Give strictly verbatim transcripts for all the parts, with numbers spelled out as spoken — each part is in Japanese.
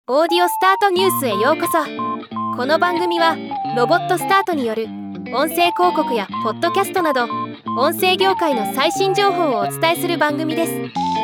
オーディオスタートニュースへようこそ。この番組はロボットスタートによる音声広告やポッドキャストなど音声業界の最新情報をお伝えする番組です。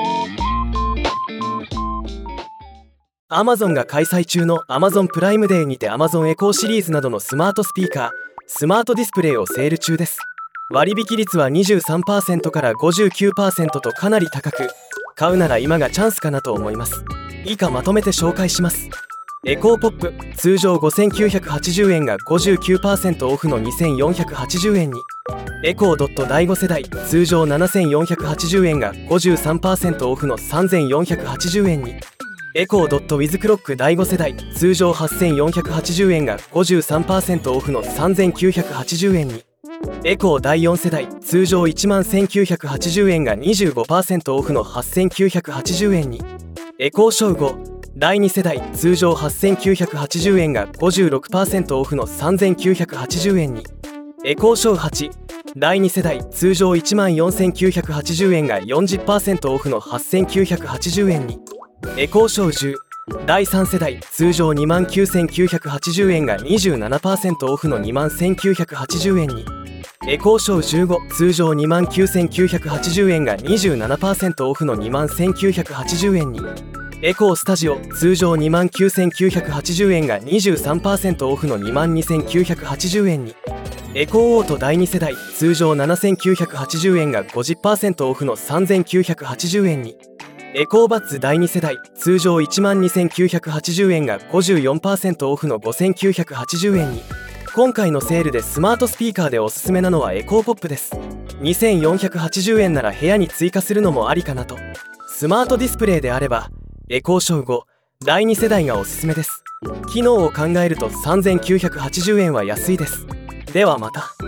Amazon が開催中の Amazon プライムデーにて Amazon エコーシリーズなどのスマートスピーカー、スマートディスプレイをセール中です。割引率は にじゅうさんパーセント から ごじゅうきゅうパーセント とかなり高く、買うなら今がチャンスかなと思います。以下まとめて紹介します。エコーポップ、通常ごせんきゅうひゃくはちじゅうえんが ごじゅうきゅうパーセント オフのにせんよんひゃくはちじゅうえんに。エコードットだいご世代、通常ななせんよんひゃくはちじゅうえんが ごじゅうさんパーセント オフのさんぜんよんひゃくはちじゅうえんに。エコードットウィズクロックだいご世代、通常はっせんよんひゃくはちじゅうえんが ごじゅうさんパーセント オフのさんぜんきゅうひゃくはちじゅうえんに。エコーだいよん世代、通常いちまんせんきゅうひゃくはちじゅうえんが にじゅうごパーセント オフのはっせんきゅうひゃくはちじゅうえんに。エコーショーごだいに世代、通常はっせんきゅうひゃくはちじゅうえんが ごじゅうろくパーセント オフのさんぜんきゅうひゃくはちじゅうえんに。エコーショーはちだいに世代、通常いちまんよんせんきゅうひゃくはちじゅうえんが よんじゅっパーセント オフのはっせんきゅうひゃくはちじゅうえんに。エコーショーじゅうだいさん世代、通常 にまんきゅうせんきゅうひゃくはちじゅうえんが にじゅうななパーセント オフの にまんせんきゅうひゃくはちじゅうえんに。エコーショーじゅうご、通常 にまんきゅうせんきゅうひゃくはちじゅうえんが にじゅうななパーセント オフの にまんせんきゅうひゃくはちじゅうえんに。エコースタジオ、通常 にまんきゅうせんきゅうひゃくはちじゅうえんが にじゅうさんパーセント オフの にまんにせんきゅうひゃくはちじゅうえんに。エコーオートだいに世代、通常ななせんきゅうひゃくはちじゅうえんが ごじゅっパーセント オフのさんぜんきゅうひゃくはちじゅうえんに。エコーバッツだいに世代、通常いちまんにせんきゅうひゃくはちじゅうえんが ごじゅうよんパーセント オフのごせんきゅうひゃくはちじゅうえんに。今回のセールでスマートスピーカーでおすすめなのはエコーポップです。にせんよんひゃくはちじゅうえんなら部屋に追加するのもありかなと。スマートディスプレイであればエコーショーごだいに世代がおすすめです。機能を考えるとさんぜんきゅうひゃくはちじゅうえんは安いです。ではまた。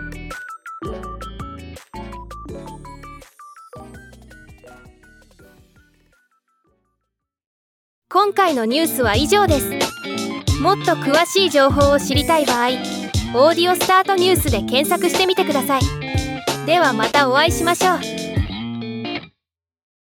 今回のニュースは以上です。もっと詳しい情報を知りたい場合、オーディオスタートニュースで検索してみてください。ではまたお会いしましょう。